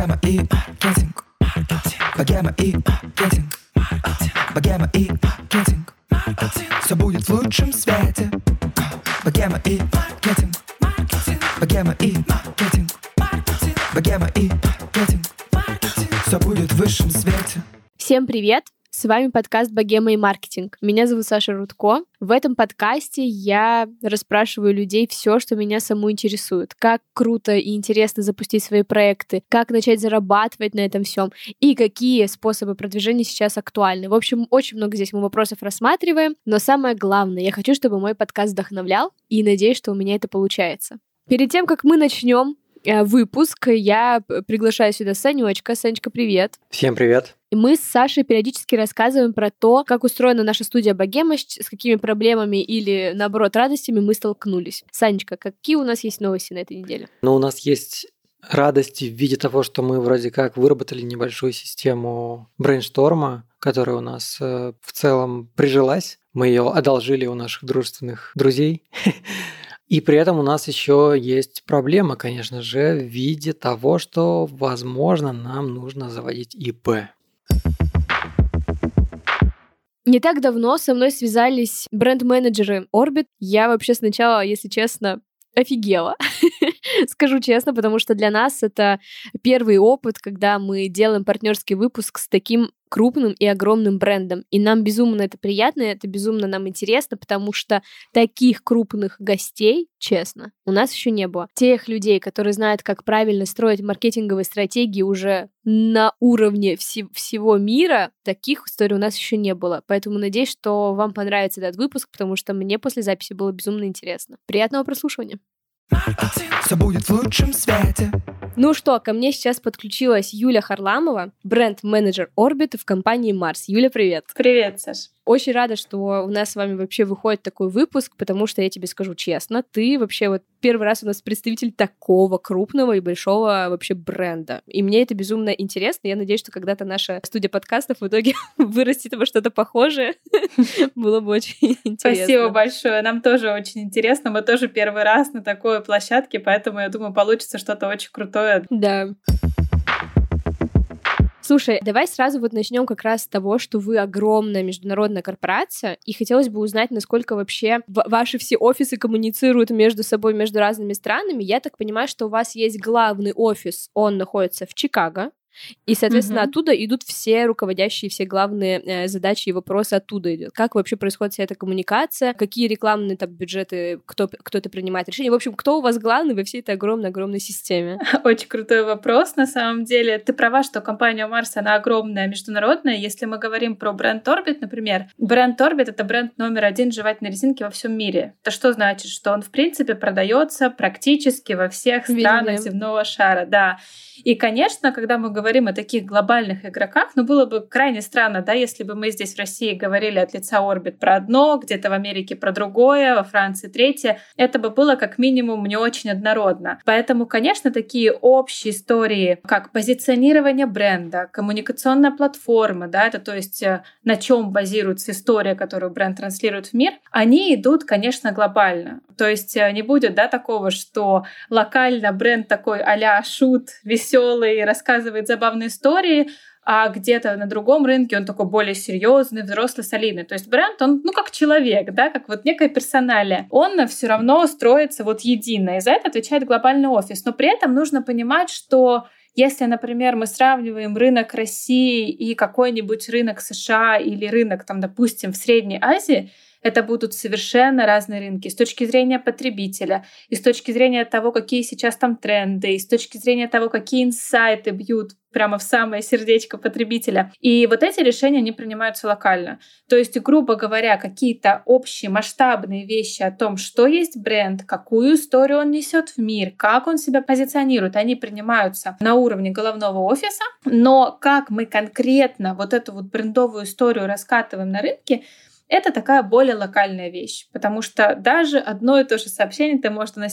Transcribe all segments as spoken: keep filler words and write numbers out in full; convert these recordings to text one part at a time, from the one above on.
Богема и маркетинг. Богема и маркетинг. Богема и маркетинг. Все будет в лучшем свете. Богема и маркетинг. Богема и маркетинг. Богема и маркетинг. Все будет в высшем свете. Всем привет! С вами подкаст «Богема и маркетинг». Меня зовут Саша Рудко. В этом подкасте я расспрашиваю людей все, что меня саму интересует. Как круто и интересно запустить свои проекты, как начать зарабатывать на этом всем и какие способы продвижения сейчас актуальны. В общем, очень много здесь мы вопросов рассматриваем, но самое главное, я хочу, чтобы мой подкаст вдохновлял, и надеюсь, что у меня это получается. Перед тем, как мы начнем выпуск, я приглашаю сюда Санечка. Санечка, привет. Всем привет. И мы с Сашей периодически рассказываем про то, как устроена наша студия «Богема», с какими проблемами или, наоборот, радостями мы столкнулись. Санечка, какие у нас есть новости на этой неделе? Ну, у нас есть радости в виде того, что мы вроде как выработали небольшую систему брейншторма, которая у нас э, в целом прижилась. Мы ее одолжили у наших дружественных друзей. И при этом у нас еще есть проблема, конечно же, в виде того, что, возможно, нам нужно заводить ИП. Не так давно со мной связались бренд-менеджеры Orbit. Я вообще сначала, если честно, офигела. Скажу честно, потому что для нас это первый опыт, когда мы делаем партнерский выпуск с таким крупным и огромным брендом. И нам безумно это приятно, это безумно нам интересно, потому что таких крупных гостей, честно, у нас еще не было. Тех людей, которые знают, как правильно строить маркетинговые стратегии уже на уровне вси- всего мира, таких историй у нас еще не было. Поэтому надеюсь, что вам понравится этот выпуск, потому что мне после записи было безумно интересно. Приятного прослушивания. Все будет в лучшем свете. Ну что, ко мне сейчас подключилась Юля Харламова, бренд-менеджер Orbit в компании Mars. Юля, привет. Привет, Саш. Очень рада, что у нас с вами вообще выходит такой выпуск, потому что я тебе скажу честно, ты вообще вот первый раз у нас представитель такого крупного и большого вообще бренда. И мне это безумно интересно. Я надеюсь, что когда-то наша студия подкастов в итоге вырастет во что-то похожее. Было бы очень интересно. Спасибо большое. Нам тоже очень интересно. Мы тоже первый раз на такой площадке, поэтому, я думаю, получится что-то очень крутое. Да. Слушай, давай сразу вот начнем как раз с того, что вы огромная международная корпорация, и хотелось бы узнать, насколько вообще ваши все офисы коммуницируют между собой, между разными странами. Я так понимаю, что у вас есть главный офис, он находится в Чикаго, и, соответственно, mm-hmm. оттуда идут все руководящие, все главные э, задачи и вопросы оттуда идут. Как вообще происходит вся эта коммуникация, какие рекламные там бюджеты, кто, кто-то принимает решения. В общем, кто у вас главный во всей этой огромной-огромной системе? Очень крутой вопрос, на самом деле. Ты права, что компания Mars, она огромная, международная. Если мы говорим про бренд Orbit, например, бренд Orbit — это бренд номер один жевательной резинки во всем мире. Это что значит? Что он, в принципе, продается практически во всех странах Везде. Земного шара. Да. И, конечно, когда мы говорим о таких глобальных игроках, ну, было бы крайне странно, да, если бы мы здесь в России говорили от лица Orbit про одно, где-то в Америке про другое, во Франции третье. Это бы было как минимум не очень однородно. Поэтому, конечно, такие общие истории, как позиционирование бренда, коммуникационная платформа, да, это то есть на чем базируется история, которую бренд транслирует в мир, они идут, конечно, глобально. То есть не будет, да, такого, что локально бренд такой а-ля шут, веселый, рассказывает забавные истории, а где-то на другом рынке он такой более серьезный, взрослый, солидный. То есть бренд, он, ну, как человек, да, как вот некая персоналия. Он все равно строится вот едино, и за это отвечает глобальный офис. Но при этом нужно понимать, что если, например, мы сравниваем рынок России и какой-нибудь рынок США или рынок, там, допустим, в Средней Азии, это будут совершенно разные рынки с точки зрения потребителя, и с точки зрения того, какие сейчас там тренды, и с точки зрения того, какие инсайты бьют прямо в самое сердечко потребителя. И вот эти решения, они принимаются локально. То есть, грубо говоря, какие-то общие масштабные вещи о том, что есть бренд, какую историю он несет в мир, как он себя позиционирует, они принимаются на уровне головного офиса. Но как мы конкретно вот эту вот брендовую историю раскатываем на рынке, это такая более локальная вещь, потому что даже одно и то же сообщение ты можешь доносить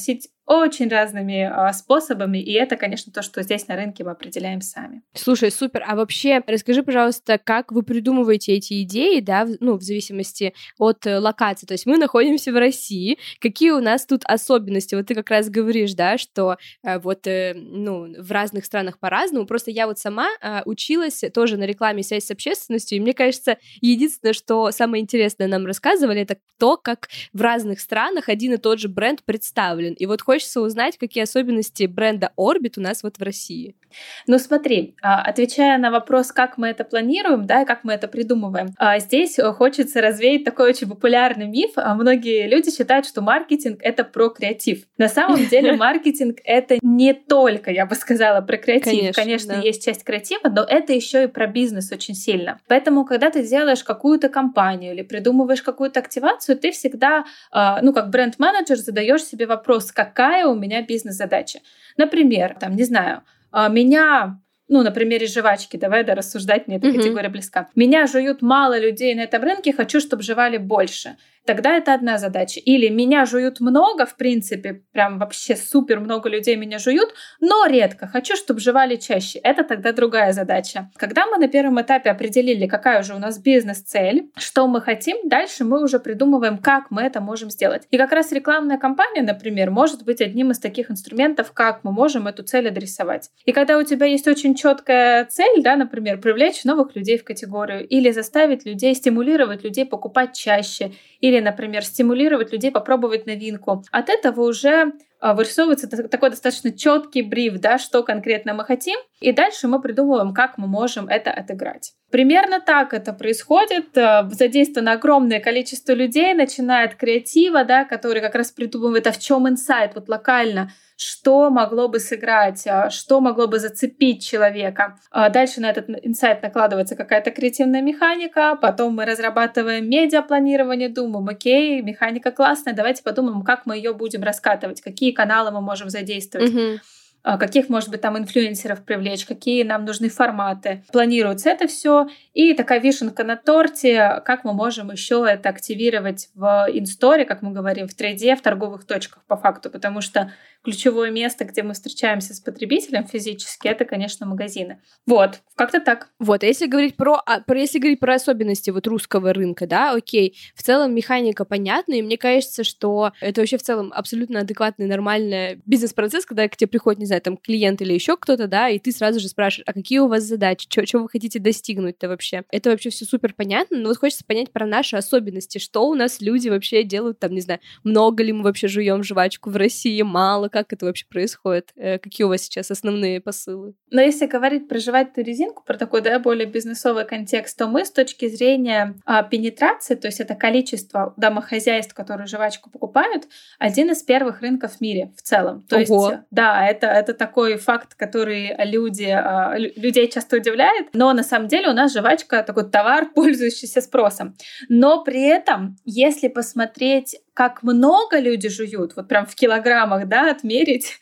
очень разными а, способами, и это, конечно, то, что здесь на рынке мы определяем сами. Слушай, супер. А вообще, расскажи, пожалуйста, как вы придумываете эти идеи, да, в, ну, в зависимости от э, локации. То есть мы находимся в России, какие у нас тут особенности? Вот ты как раз говоришь, да, что э, вот, э, ну, в разных странах по-разному. Просто я вот сама э, училась тоже на рекламе «Связь с общественностью», и мне кажется, единственное, что самое интересное нам рассказывали, это то, как в разных странах один и тот же бренд представлен. И вот хочется узнать, какие особенности бренда Orbit у нас вот в России. Ну смотри, отвечая на вопрос, как мы это планируем, да, и как мы это придумываем, здесь хочется развеять такой очень популярный миф. Многие люди считают, что маркетинг — это про креатив. На самом деле маркетинг — это не только, я бы сказала, про креатив. Конечно, Конечно да. есть часть креатива, но это еще и про бизнес очень сильно. Поэтому, когда ты делаешь какую-то кампанию или придумываешь какую-то активацию, ты всегда, ну, как бренд-менеджер, задаешь себе вопрос, какая у меня бизнес-задача. Например, там, не знаю, меня, ну, на примере жвачки, давай да, рассуждать, мне эта mm-hmm. категория близка. Меня жуют мало людей на этом рынке, хочу, чтобы жевали больше. Тогда это одна задача. Или меня жуют много, в принципе, прям вообще супер много людей меня жуют, но редко. Хочу, чтобы жевали чаще. Это тогда другая задача. Когда мы на первом этапе определили, какая уже у нас бизнес-цель, что мы хотим, дальше мы уже придумываем, как мы это можем сделать. И как раз рекламная кампания, например, может быть одним из таких инструментов, как мы можем эту цель адресовать. И когда у тебя есть очень четкая цель, да, например, привлечь новых людей в категорию или заставить людей, стимулировать людей покупать чаще, или, например, стимулировать людей попробовать новинку. От этого уже вырисовывается такой достаточно четкий бриф, да, что конкретно мы хотим, и дальше мы придумываем, как мы можем это отыграть. Примерно так это происходит. Задействовано огромное количество людей, начиная от креатива, да, который как раз придумывает, а в чем инсайт, вот локально, что могло бы сыграть, что могло бы зацепить человека. Дальше на этот инсайт накладывается какая-то креативная механика, потом мы разрабатываем медиапланирование, думаем, окей, механика классная, давайте подумаем, как мы ее будем раскатывать, какие каналы мы можем задействовать. Mm-hmm. Каких, может быть, там инфлюенсеров привлечь, какие нам нужны форматы. Планируется это все. И такая вишенка на торте, как мы можем еще это активировать в инсторе, как мы говорим, в трейде, в торговых точках по факту, потому что ключевое место, где мы встречаемся с потребителем физически, это, конечно, магазины. Вот, как-то так. Вот, а если говорить про, а, про, если говорить про особенности вот русского рынка, да, окей, в целом механика понятна, и мне кажется, что это вообще в целом абсолютно адекватный, нормальный бизнес-процесс, когда к тебе приходит, не знаю, там клиент или еще кто-то, да, и ты сразу же спрашиваешь, а какие у вас задачи, что вы хотите достигнуть-то вообще? Это вообще все супер понятно, но вот хочется понять про наши особенности, что у нас люди вообще делают, там, не знаю, много ли мы вообще жуем жвачку в России, мало, как это вообще происходит? Какие у вас сейчас основные посылы? Но если говорить про жевательную резинку, про такой, да, более бизнесовый контекст, то мы с точки зрения а, пенетрации, то есть это количество домохозяйств, которые жвачку покупают, один из первых рынков в мире в целом. То Ого. есть, да, это, это такой факт, который люди, а, людей часто удивляет, но на самом деле у нас жвачка такой товар, пользующийся спросом. Но при этом, если посмотреть, как много люди жуют, вот прям в килограммах, да, отмерить,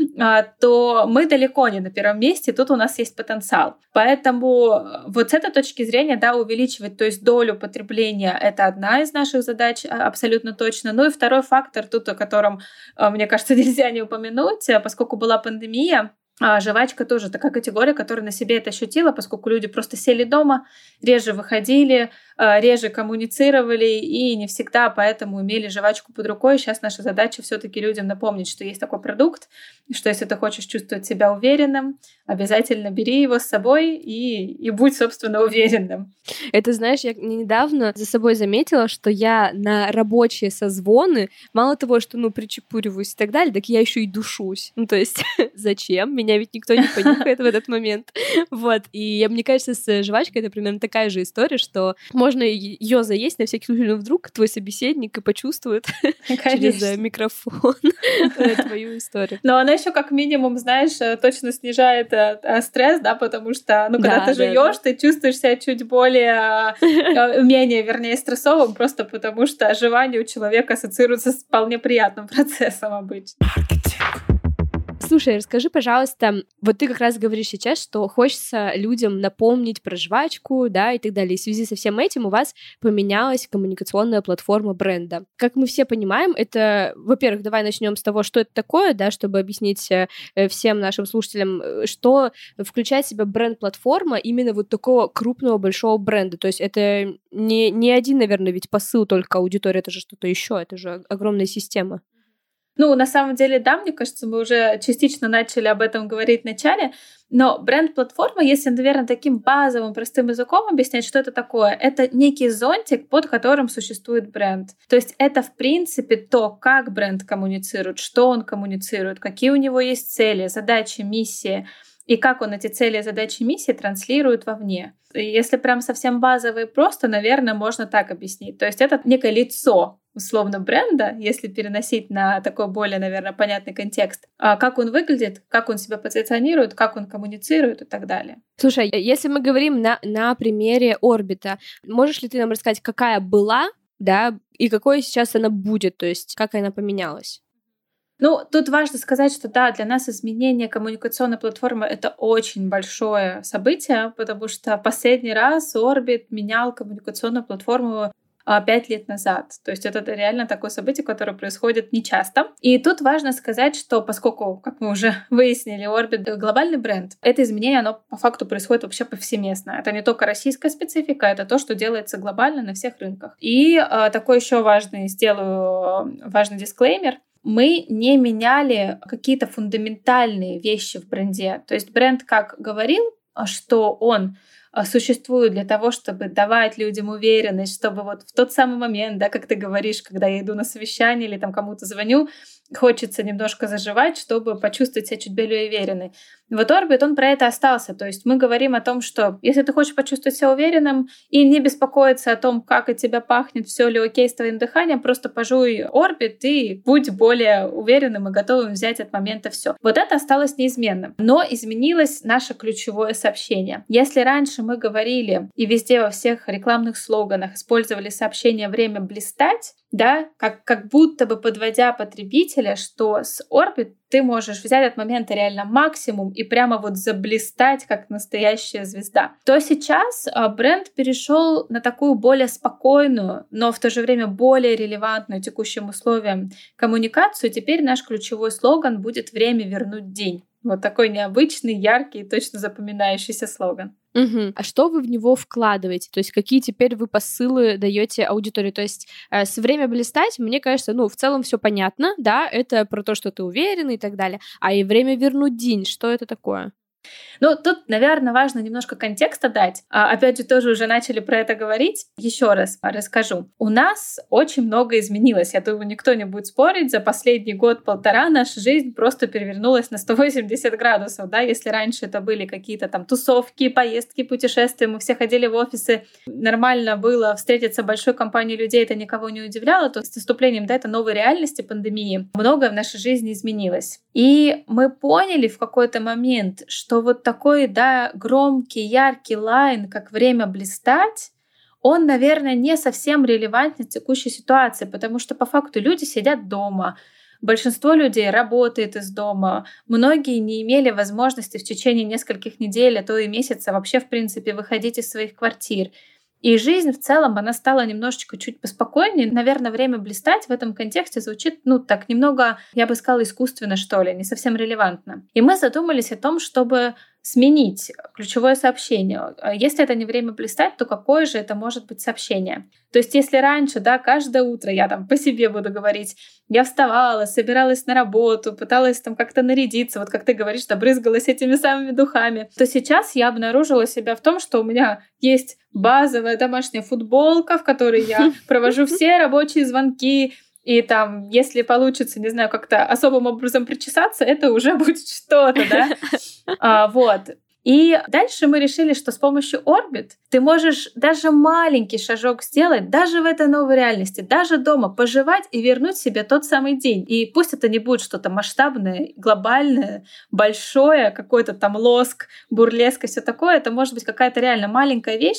то мы далеко не на первом месте, тут у нас есть потенциал. Поэтому вот с этой точки зрения, да, увеличивать, то есть долю потребления, это одна из наших задач абсолютно точно. Ну и второй фактор тут, о котором, мне кажется, нельзя не упомянуть, поскольку была пандемия, А жвачка тоже такая категория, которая на себе это ощутила, поскольку люди просто сели дома, реже выходили, реже коммуницировали и не всегда поэтому имели жвачку под рукой. Сейчас наша задача все-таки людям напомнить, что есть такой продукт, и что если ты хочешь чувствовать себя уверенным, обязательно бери его с собой и, и будь, собственно, уверенным. Это, знаешь, я недавно за собой заметила, что я на рабочие созвоны, мало того, что, ну, причепуриваюсь и так далее, так я еще и душусь. Ну, то есть, зачем? Меня ведь никто не понюхает в этот момент. Вот. И мне кажется, с жвачкой это примерно такая же история, что можно ее заесть на всякий случай, но вдруг твой собеседник и почувствует через микрофон твою историю. Но она еще как минимум, знаешь, точно снижает стресс, да, потому что, ну, когда ты жуешь, ты чувствуешь себя чуть более, менее, вернее, стрессовым, просто потому что жевание у человека ассоциируется с вполне приятным процессом обычно. Слушай, расскажи, пожалуйста, вот ты как раз говоришь сейчас, что хочется людям напомнить про жвачку, да, и так далее. И в связи со всем этим у вас поменялась коммуникационная платформа бренда. Как мы все понимаем, это, во-первых, давай начнем с того, что это такое, да, чтобы объяснить всем нашим слушателям, что включает в себя бренд-платформа именно вот такого крупного большого бренда. То есть это не, не один, наверное, ведь посыл только аудитории, это же что-то еще, это же огромная система. Ну, на самом деле, да, мне кажется, мы уже частично начали об этом говорить в начале, но бренд-платформа, если, наверное, таким базовым, простым языком объяснять, что это такое, это некий зонтик, под которым существует бренд. То есть это, в принципе, то, как бренд коммуницирует, что он коммуницирует, какие у него есть цели, задачи, миссии, и как он эти цели, задачи, миссии транслирует вовне. И если прям совсем базово и просто, наверное, можно так объяснить. То есть это некое лицо, условно, бренда, если переносить на такой более, наверное, понятный контекст. А как он выглядит, как он себя позиционирует, как он коммуницирует и так далее. Слушай, если мы говорим на, на примере Орбита, можешь ли ты нам рассказать, какая была, да, и какой сейчас она будет, то есть как она поменялась? Ну, тут важно сказать, что да, для нас изменение коммуникационной платформы — это очень большое событие, потому что последний раз Orbit менял коммуникационную платформу пять лет назад. То есть это реально такое событие, которое происходит нечасто. И тут важно сказать, что поскольку, как мы уже выяснили, Orbit — глобальный бренд, это изменение, оно по факту происходит вообще повсеместно. Это не только российская специфика, это то, что делается глобально на всех рынках. И э, такой еще важный, сделаю важный дисклеймер. Мы не меняли какие-то фундаментальные вещи в бренде. То есть бренд как говорил, что он существует для того, чтобы давать людям уверенность, чтобы вот в тот самый момент, да, как ты говоришь, когда я иду на совещание или там кому-то звоню, хочется немножко заживать, чтобы почувствовать себя чуть более уверенной. Вот Orbit, он про это остался. То есть мы говорим о том, что если ты хочешь почувствовать себя уверенным и не беспокоиться о том, как от тебя пахнет, все ли окей с твоим дыханием, просто пожуй Orbit и будь более уверенным и готовым взять от момента все. Вот это осталось неизменным. Но изменилось наше ключевое сообщение. Если раньше мы говорили и везде во всех рекламных слоганах использовали сообщение «время блистать», да, как, как будто бы подводя потребителя, что с Orbit ты можешь взять от момента реально максимум и прямо вот заблистать, как настоящая звезда, то сейчас бренд перешел на такую более спокойную, но в то же время более релевантную текущим условиям коммуникацию. Теперь наш ключевой слоган будет «время вернуть день». Вот такой необычный, яркий и точно запоминающийся слоган. Угу. А что вы в него вкладываете? То есть какие теперь вы посылы даете аудитории? То есть э, с «время блистать», мне кажется, ну, в целом все понятно, да, это про то, что ты уверен и так далее. А и «время вернуть день», что это такое? Ну, тут, наверное, важно немножко контекста дать. А, опять же, тоже уже начали про это говорить. Еще раз расскажу. У нас очень много изменилось. Я думаю, никто не будет спорить. За последний год-полтора наша жизнь просто перевернулась на сто восемьдесят градусов. Да? Если раньше это были какие-то там тусовки, поездки, путешествия, мы все ходили в офисы, нормально было встретиться большой компанией людей, это никого не удивляло, то с наступлением да, этой новой реальности пандемии многое в нашей жизни изменилось. И мы поняли в какой-то момент, что вот такой, да, громкий, яркий лайн, как «время блистать», он, наверное, не совсем релевантен в текущей ситуации, потому что по факту люди сидят дома, большинство людей работает из дома, многие не имели возможности в течение нескольких недель, а то и месяца вообще, в принципе, выходить из своих квартир. И жизнь в целом, она стала немножечко чуть поспокойнее. Наверное, «время блистать» в этом контексте звучит, ну, так немного, я бы сказала, искусственно, что ли, не совсем релевантно. И мы задумались о том, чтобы сменить ключевое сообщение. Если это не «время блистать», то какое же это может быть сообщение? То есть если раньше, да, каждое утро, я там по себе буду говорить, я вставала, собиралась на работу, пыталась там как-то нарядиться, вот как ты говоришь, да, брызгалась этими самыми духами, то сейчас я обнаружила себя в том, что у меня есть базовая домашняя футболка, в которой я провожу все рабочие звонки, и там, если получится, не знаю, как-то особым образом причесаться, это уже будет что-то, да? А, вот. И дальше мы решили, что с помощью Orbit ты можешь даже маленький шажок сделать, даже в этой новой реальности, даже дома пожевать и вернуть себе тот самый день. И пусть это не будет что-то масштабное, глобальное, большое, какой-то там лоск, бурлеск и все такое, это может быть какая-то реально маленькая вещь,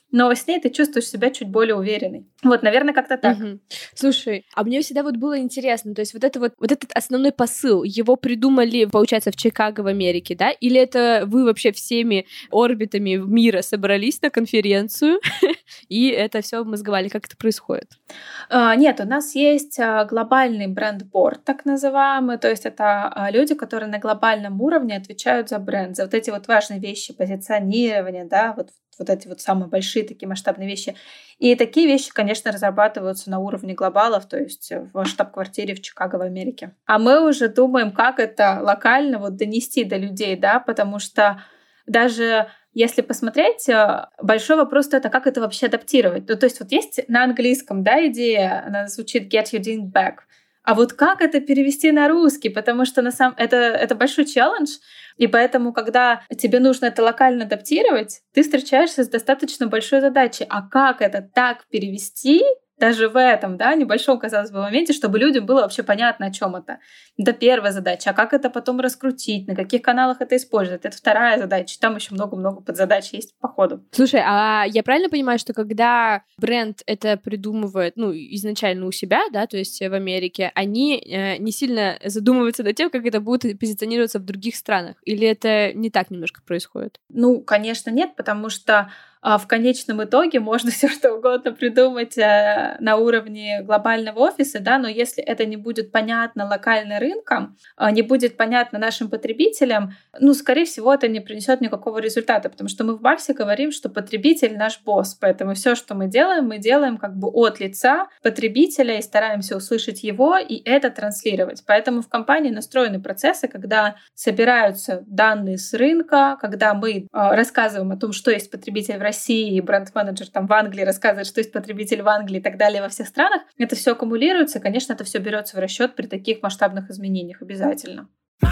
но с ней ты чувствуешь себя чуть более уверенной. Вот, наверное, как-то так. Угу. Слушай, а мне всегда вот было интересно, то есть вот, это вот, вот этот основной посыл, его придумали, получается, в Чикаго в Америке, да? Или это вы вообще всеми орбитами мира собрались на конференцию и это все обмозговали? Как это происходит? Uh, нет, у нас есть uh, глобальный бренд-борд, так называемый, то есть это uh, люди, которые на глобальном уровне отвечают за бренд, за вот эти вот важные вещи, позиционирование, да, вот, вот эти вот самые большие такие масштабные вещи. И такие вещи, конечно, разрабатываются на уровне глобалов, то есть в штаб-квартире в Чикаго в Америке. А мы уже думаем, как это локально вот донести до людей, да, потому что даже если посмотреть, большой вопрос это, как это вообще адаптировать. Ну, то есть вот есть на английском, да, идея, она звучит get your ding back. А вот как это перевести на русский? Потому что на самом... это, это большой челлендж, и поэтому, когда тебе нужно это локально адаптировать, ты встречаешься с достаточно большой задачей. А как это так перевести, даже в этом, да, небольшом, казалось бы, моменте, чтобы людям было вообще понятно, о чем это. Это первая задача. А как это потом раскрутить, на каких каналах это использовать? Это вторая задача. Там еще много-много подзадач есть по ходу. Слушай, а я правильно понимаю, что когда бренд это придумывает, ну, изначально у себя, да, то есть в Америке, они э, не сильно задумываются над тем, как это будет позиционироваться в других странах? Или это не так немножко происходит? Ну, конечно, нет, потому что в конечном итоге можно все что угодно придумать на уровне глобального офиса, да, но если это не будет понятно локально рынкам, не будет понятно нашим потребителям, ну, скорее всего, это не принесет никакого результата, потому что мы в Барсе говорим, что потребитель наш босс, поэтому все, что мы делаем, мы делаем как бы от лица потребителя и стараемся услышать его и это транслировать. Поэтому в компании настроены процессы, когда собираются данные с рынка, когда мы рассказываем о том, что есть потребитель в России, и бренд-менеджер там в Англии рассказывает, что есть потребитель в Англии и так далее во всех странах, это все аккумулируется, конечно, это все берется в расчет при таких масштабных изменениях обязательно.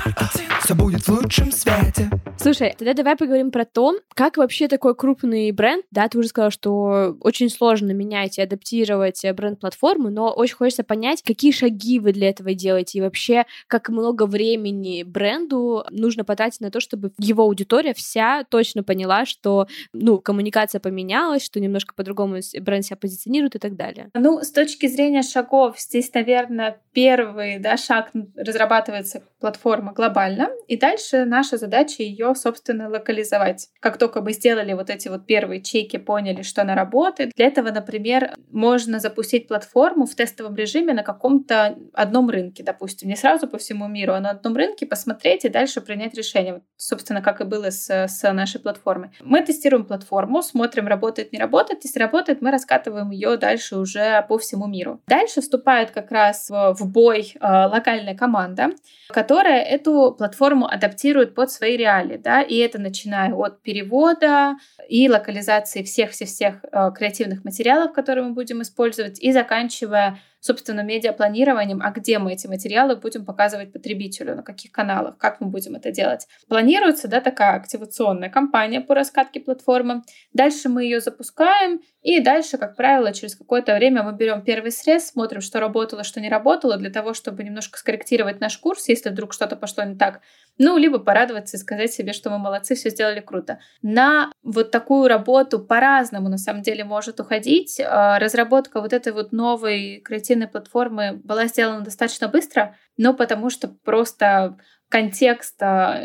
Все будет в лучшем свете. Слушай, тогда давай поговорим про то, как вообще такой крупный бренд, да, ты уже сказала, что очень сложно менять и адаптировать бренд-платформу, но очень хочется понять, какие шаги вы для этого делаете и вообще, как много времени бренду нужно потратить на то, чтобы его аудитория вся точно поняла, что, ну, коммуникация поменялась, что немножко по-другому бренд себя позиционирует и так далее. Ну, с точки зрения шагов, здесь, наверное, первый, да, шаг разрабатывается платформа глобально, и дальше наша задача ее, собственно, локализовать. Как только мы сделали вот эти вот первые чеки, поняли, что она работает, для этого, например, можно запустить платформу в тестовом режиме на каком-то одном рынке, допустим, не сразу по всему миру, а на одном рынке посмотреть и дальше принять решение. Вот, собственно, как и было с, с нашей платформой. Мы тестируем платформу, смотрим, работает, не работает. Если работает, мы раскатываем ее дальше уже по всему миру. Дальше вступает как раз в, в бой э, локальная команда, которая эту платформу адаптирует под свои реалии, да, и это начиная от перевода и локализации всех-всех-всех э, креативных материалов, которые мы будем использовать, и заканчивая, собственно, медиапланированием, а где мы эти материалы будем показывать потребителю, на каких каналах, как мы будем это делать. Планируется, да, такая активационная кампания по раскатке платформы. Дальше мы ее запускаем, и дальше, как правило, через какое-то время мы берем первый срез, смотрим, что работало, что не работало, для того, чтобы немножко скорректировать наш курс, если вдруг что-то пошло не так. Ну, либо порадоваться и сказать себе, что мы молодцы, все сделали круто. На вот такую работу по-разному, на самом деле, может уходить. Разработка вот этой вот новой креативной платформы была сделана достаточно быстро, но потому что просто контекст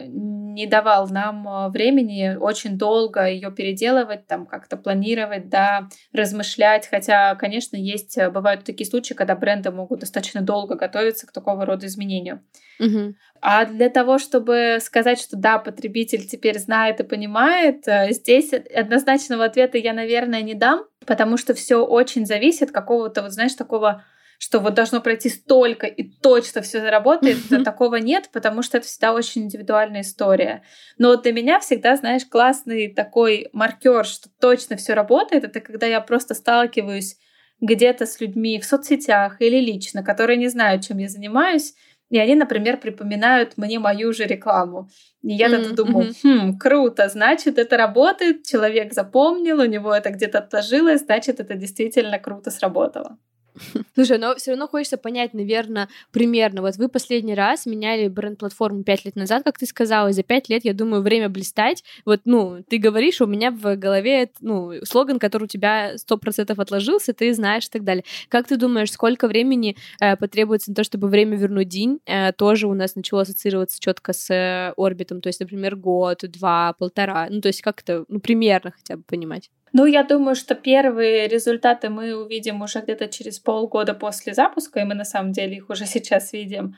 не давал нам времени очень долго ее переделывать, там как-то планировать, да, размышлять. Хотя, конечно, есть, бывают такие случаи, когда бренды могут достаточно долго готовиться к такого рода изменению. Угу. А для того, чтобы сказать, что да, потребитель теперь знает и понимает, здесь однозначного ответа я, наверное, не дам, потому что все очень зависит от какого-то, вот знаешь, такого, что вот должно пройти столько и точно все заработает, mm-hmm. такого нет, потому что это всегда очень индивидуальная история. Но вот для меня всегда, знаешь, классный такой маркер, что точно все работает, это когда я просто сталкиваюсь где-то с людьми в соцсетях или лично, которые не знают, чем я занимаюсь, и они, например, припоминают мне мою же рекламу. И я тогда mm-hmm. думаю, хм, круто, значит, это работает, человек запомнил, у него это где-то отложилось, значит, это действительно круто сработало. Слушай, но все равно хочется понять, наверное, примерно. Вот вы последний раз меняли бренд-платформу пять лет назад, как ты сказала, и за пять лет, я думаю, время блистать. Вот, ну, ты говоришь, у меня в голове, ну, слоган, который у тебя сто процентов отложился, ты знаешь и так далее. Как ты думаешь, сколько времени э, потребуется на то, чтобы время вернуть день? Э, тоже у нас начало ассоциироваться четко с э, орбитом, то есть, например, год, два, полтора. Ну, то есть как-то, ну, примерно хотя бы понимать. Ну, я думаю, что первые результаты мы увидим уже где-то через полгода после запуска, и мы на самом деле их уже сейчас видим.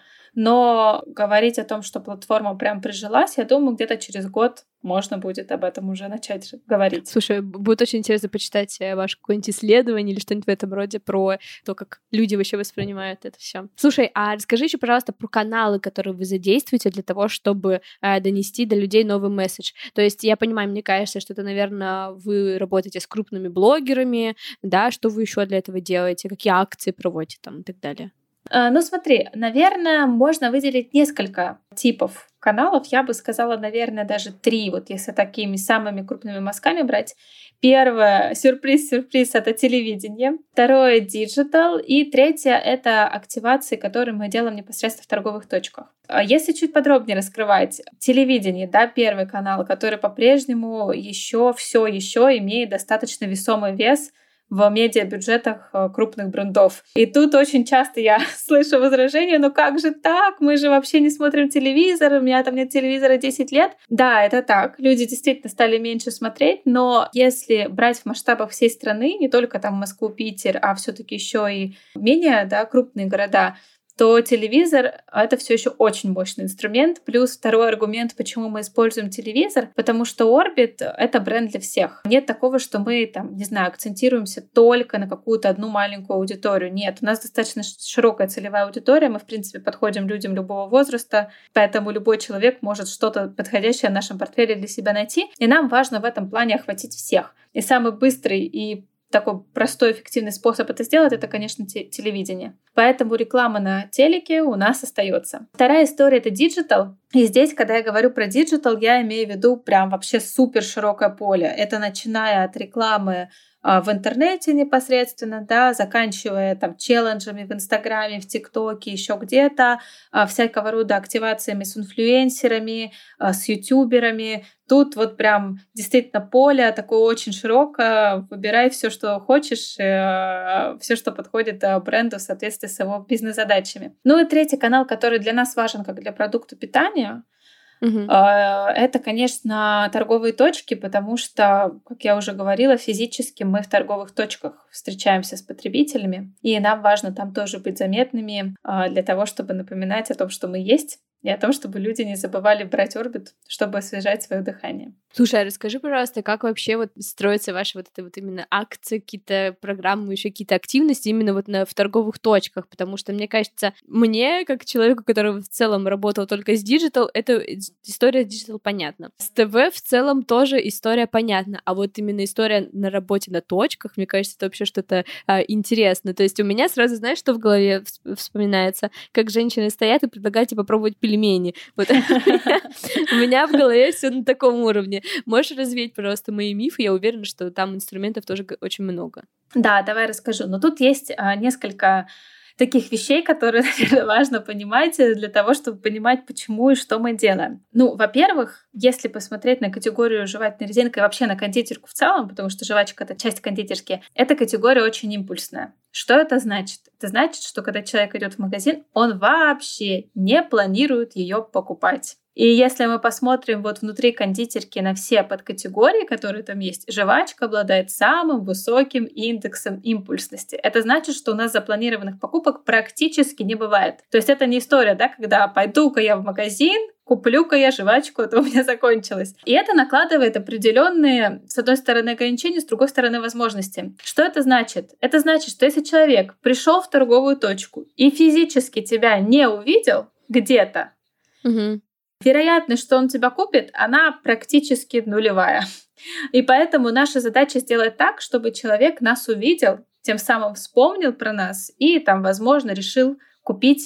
Но говорить о том, что платформа прям прижилась, я думаю, где-то через год можно будет об этом уже начать говорить. Слушай, будет очень интересно почитать ваше какое-нибудь исследование или что-нибудь в этом роде про то, как люди вообще воспринимают это все. Слушай, а расскажи еще, пожалуйста, про каналы, которые вы задействуете для того, чтобы э, донести до людей новый месседж. То есть я понимаю, мне кажется, что это, наверное, вы работаете с крупными блогерами, да, что вы еще для этого делаете, какие акции проводите там и так далее. Ну смотри, наверное, можно выделить несколько типов каналов. Я бы сказала, наверное, даже три, вот если такими самыми крупными мазками брать. Первое, сюрприз-сюрприз, это телевидение. Второе, диджитал. И третье, это активации, которые мы делаем непосредственно в торговых точках. Если чуть подробнее раскрывать, телевидение, да, первый канал, который по-прежнему еще все еще имеет достаточно весомый вес в медиабюджетах крупных брендов. И тут очень часто я слышу возражения: ну как же так? Мы же вообще не смотрим телевизор, у меня там нет телевизора десять лет. Да, это так. Люди действительно стали меньше смотреть, но если брать в масштабах всей страны, не только там Москву, Питер, а все-таки еще и менее, да, крупные города, то телевизор — это все еще очень мощный инструмент. Плюс второй аргумент, почему мы используем телевизор, потому что Orbit — это бренд для всех. Нет такого, что мы, там, не знаю, акцентируемся только на какую-то одну маленькую аудиторию. Нет, у нас достаточно широкая целевая аудитория, мы, в принципе, подходим людям любого возраста, поэтому любой человек может что-то подходящее в нашем портфеле для себя найти, и нам важно в этом плане охватить всех. И самый быстрый и такой простой, эффективный способ это сделать — это, конечно, те- телевидение. Поэтому реклама на телеке у нас остается. Вторая история — это диджитал. И здесь, когда я говорю про диджитал, я имею в виду прям вообще супер широкое поле. Это начиная от рекламы в интернете непосредственно, да, заканчивая там челленджами в Инстаграме, в ТикТоке, еще где-то, всякого рода активациями с инфлюенсерами, с ютуберами. Тут вот прям действительно поле такое очень широкое. Выбирай все, что хочешь, все, что подходит бренду в соответствии с его бизнес-задачами. Ну и третий канал, который для нас важен как для продукта питания, Uh-huh. это, конечно, торговые точки, потому что, как я уже говорила, физически мы в торговых точках встречаемся с потребителями, и нам важно там тоже быть заметными для того, чтобы напоминать о том, что мы есть, и о том, чтобы люди не забывали брать Orbit, чтобы освежать свое дыхание. Слушай, а расскажи, пожалуйста, как вообще вот строятся ваши вот это вот именно акции, какие-то программы, еще какие-то активности именно вот на, в торговых точках, потому что, мне кажется, мне, как человеку, который в целом работал только с диджитал, эта история с диджитал понятна. С ТВ в целом тоже история понятна, а вот именно история на работе на точках, мне кажется, это вообще что-то а, интересное. То есть у меня сразу, знаешь, что в голове вспоминается? Как женщины стоят и предлагают тебе попробовать пельмени. Вот у меня в голове все на таком уровне. Можешь развеять, пожалуйста, мои мифы? Я уверена, что там инструментов тоже очень много. Да, давай расскажу. Но тут есть а, несколько таких вещей, которые, наверное, важно понимать для того, чтобы понимать, почему и что мы делаем. Ну, во-первых, если посмотреть на категорию жевательной резинки и вообще на кондитерку в целом, потому что жвачка — это часть кондитерки, эта категория очень импульсная. Что это значит? Это значит, что когда человек идет в магазин, он вообще не планирует ее покупать. И если мы посмотрим вот внутри кондитерки на все подкатегории, которые там есть, жвачка обладает самым высоким индексом импульсности. Это значит, что у нас запланированных покупок практически не бывает. То есть это не история, да, когда пойду-ка я в магазин, куплю-ка я жвачку, а то у меня закончилось. И это накладывает определенные, с одной стороны, ограничения, с другой стороны, возможности. Что это значит? Это значит, что если человек пришел в торговую точку и физически тебя не увидел где-то, угу. вероятность, что он тебя купит, она практически нулевая. И поэтому наша задача сделать так, чтобы человек нас увидел, тем самым вспомнил про нас и, там, возможно, решил купить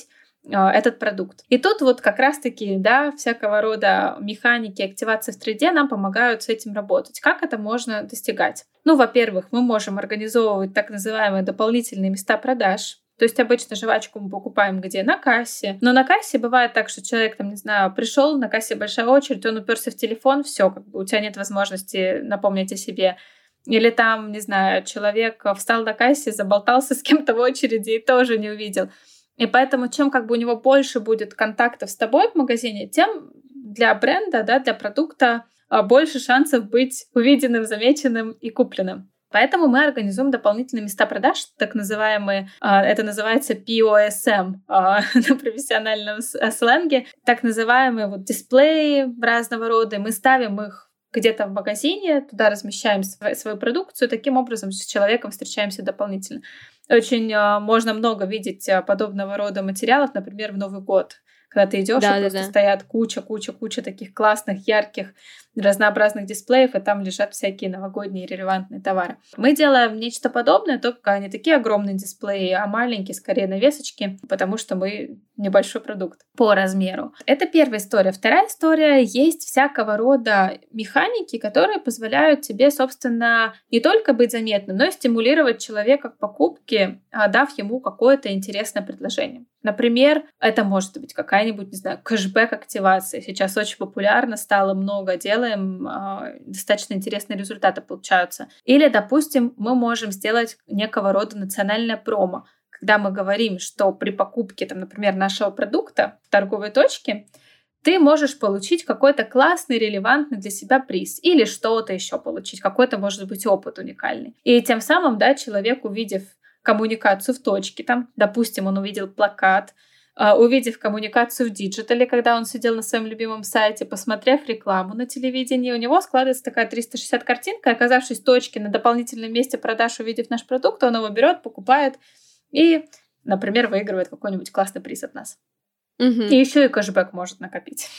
этот продукт. И тут вот как раз-таки, да, всякого рода механики активации в три дэ нам помогают с этим работать. Как это можно достигать? Ну, во-первых, мы можем организовывать так называемые дополнительные места продаж. То есть обычно жвачку мы покупаем где? На кассе. Но на кассе бывает так, что человек, там, не знаю, пришел, на кассе большая очередь, он уперся в телефон, все, как бы у тебя нет возможности напомнить о себе. Или там, не знаю, человек встал на кассе, заболтался с кем-то в очереди и тоже не увидел. И поэтому, чем как бы у него больше будет контактов с тобой в магазине, тем для бренда, да, для продукта больше шансов быть увиденным, замеченным и купленным. Поэтому мы организуем дополнительные места продаж, так называемые, это называется пи о эс эм на профессиональном сленге, так называемые вот дисплеи разного рода. Мы ставим их где-то в магазине, туда размещаем свою продукцию, таким образом с человеком встречаемся дополнительно. Очень э, можно много видеть э, подобного рода материалов, например, в Новый год, когда ты идешь, да, и да, просто да. стоят куча-куча-куча таких классных, ярких, разнообразных дисплеев, и там лежат всякие новогодние релевантные товары. Мы делаем нечто подобное, только не такие огромные дисплеи, а маленькие, скорее навесочки, потому что мы небольшой продукт по размеру. Это первая история. Вторая история. Есть всякого рода механики, которые позволяют тебе, собственно, не только быть заметным, но и стимулировать человека к покупке, дав ему какое-то интересное предложение. Например, это может быть какая-нибудь, не знаю, кэшбэк-активация. Сейчас очень популярно, стало много, делаем, э, достаточно интересные результаты получаются. Или, допустим, мы можем сделать некого рода национальное промо, когда мы говорим, что при покупке, там, например, нашего продукта в торговой точке ты можешь получить какой-то классный, релевантный для себя приз или что-то еще получить, какой-то, может быть, опыт уникальный. И тем самым, да, человек, увидев коммуникацию в точке, там, допустим, он увидел плакат, uh, увидев коммуникацию в диджитале, когда он сидел на своем любимом сайте, посмотрев рекламу на телевидении, у него складывается такая триста шестьдесят картинка, оказавшись в точке на дополнительном месте продаж, увидев наш продукт, он его берет, покупает и, например, выигрывает какой-нибудь классный приз от нас. Угу. И еще и кэшбэк может накопить.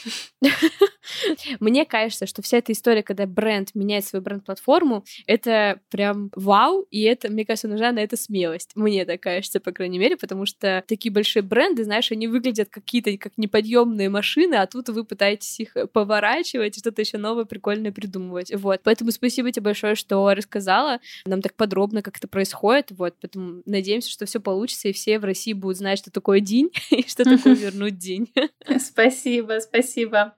Мне кажется, что вся эта история, когда бренд меняет свою бренд-платформу, это прям вау, и это, мне кажется, нужна на это смелость. Мне так кажется, по крайней мере, потому что такие большие бренды, знаешь, они выглядят какие-то как неподъемные машины, а тут вы пытаетесь их поворачивать, что-то еще новое, прикольное придумывать. Вот. Поэтому спасибо тебе большое, что рассказала нам так подробно, как это происходит. Вот. Поэтому надеемся, что все получится, и все в России будут знать, что такое день, и что такое вернуть день. Спасибо, спасибо.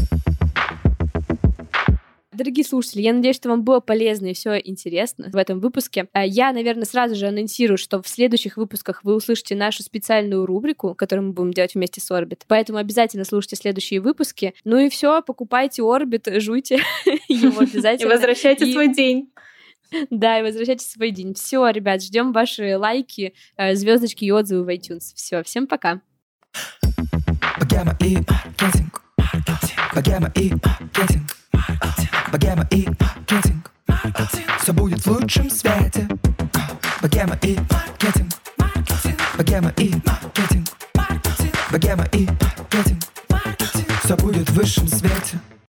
Дорогие слушатели, я надеюсь, что вам было полезно и все интересно в этом выпуске. Я, наверное, сразу же анонсирую, что в следующих выпусках вы услышите нашу специальную рубрику, которую мы будем делать вместе с Orbit. Поэтому обязательно слушайте следующие выпуски. Ну и все, покупайте Orbit, жуйте его обязательно. И возвращайте свой день. Да, и возвращайте свой день. Все, ребят, ждем ваши лайки, звездочки и отзывы в iTunes. Все, всем пока. Богема и маркетинг. Богема и маркетинг. Богема и маркетинг. Все будет в лучшем свете. Богема и маркетинг. Богема и маркетинг. Богема и маркетинг. Все будет в высшем свете.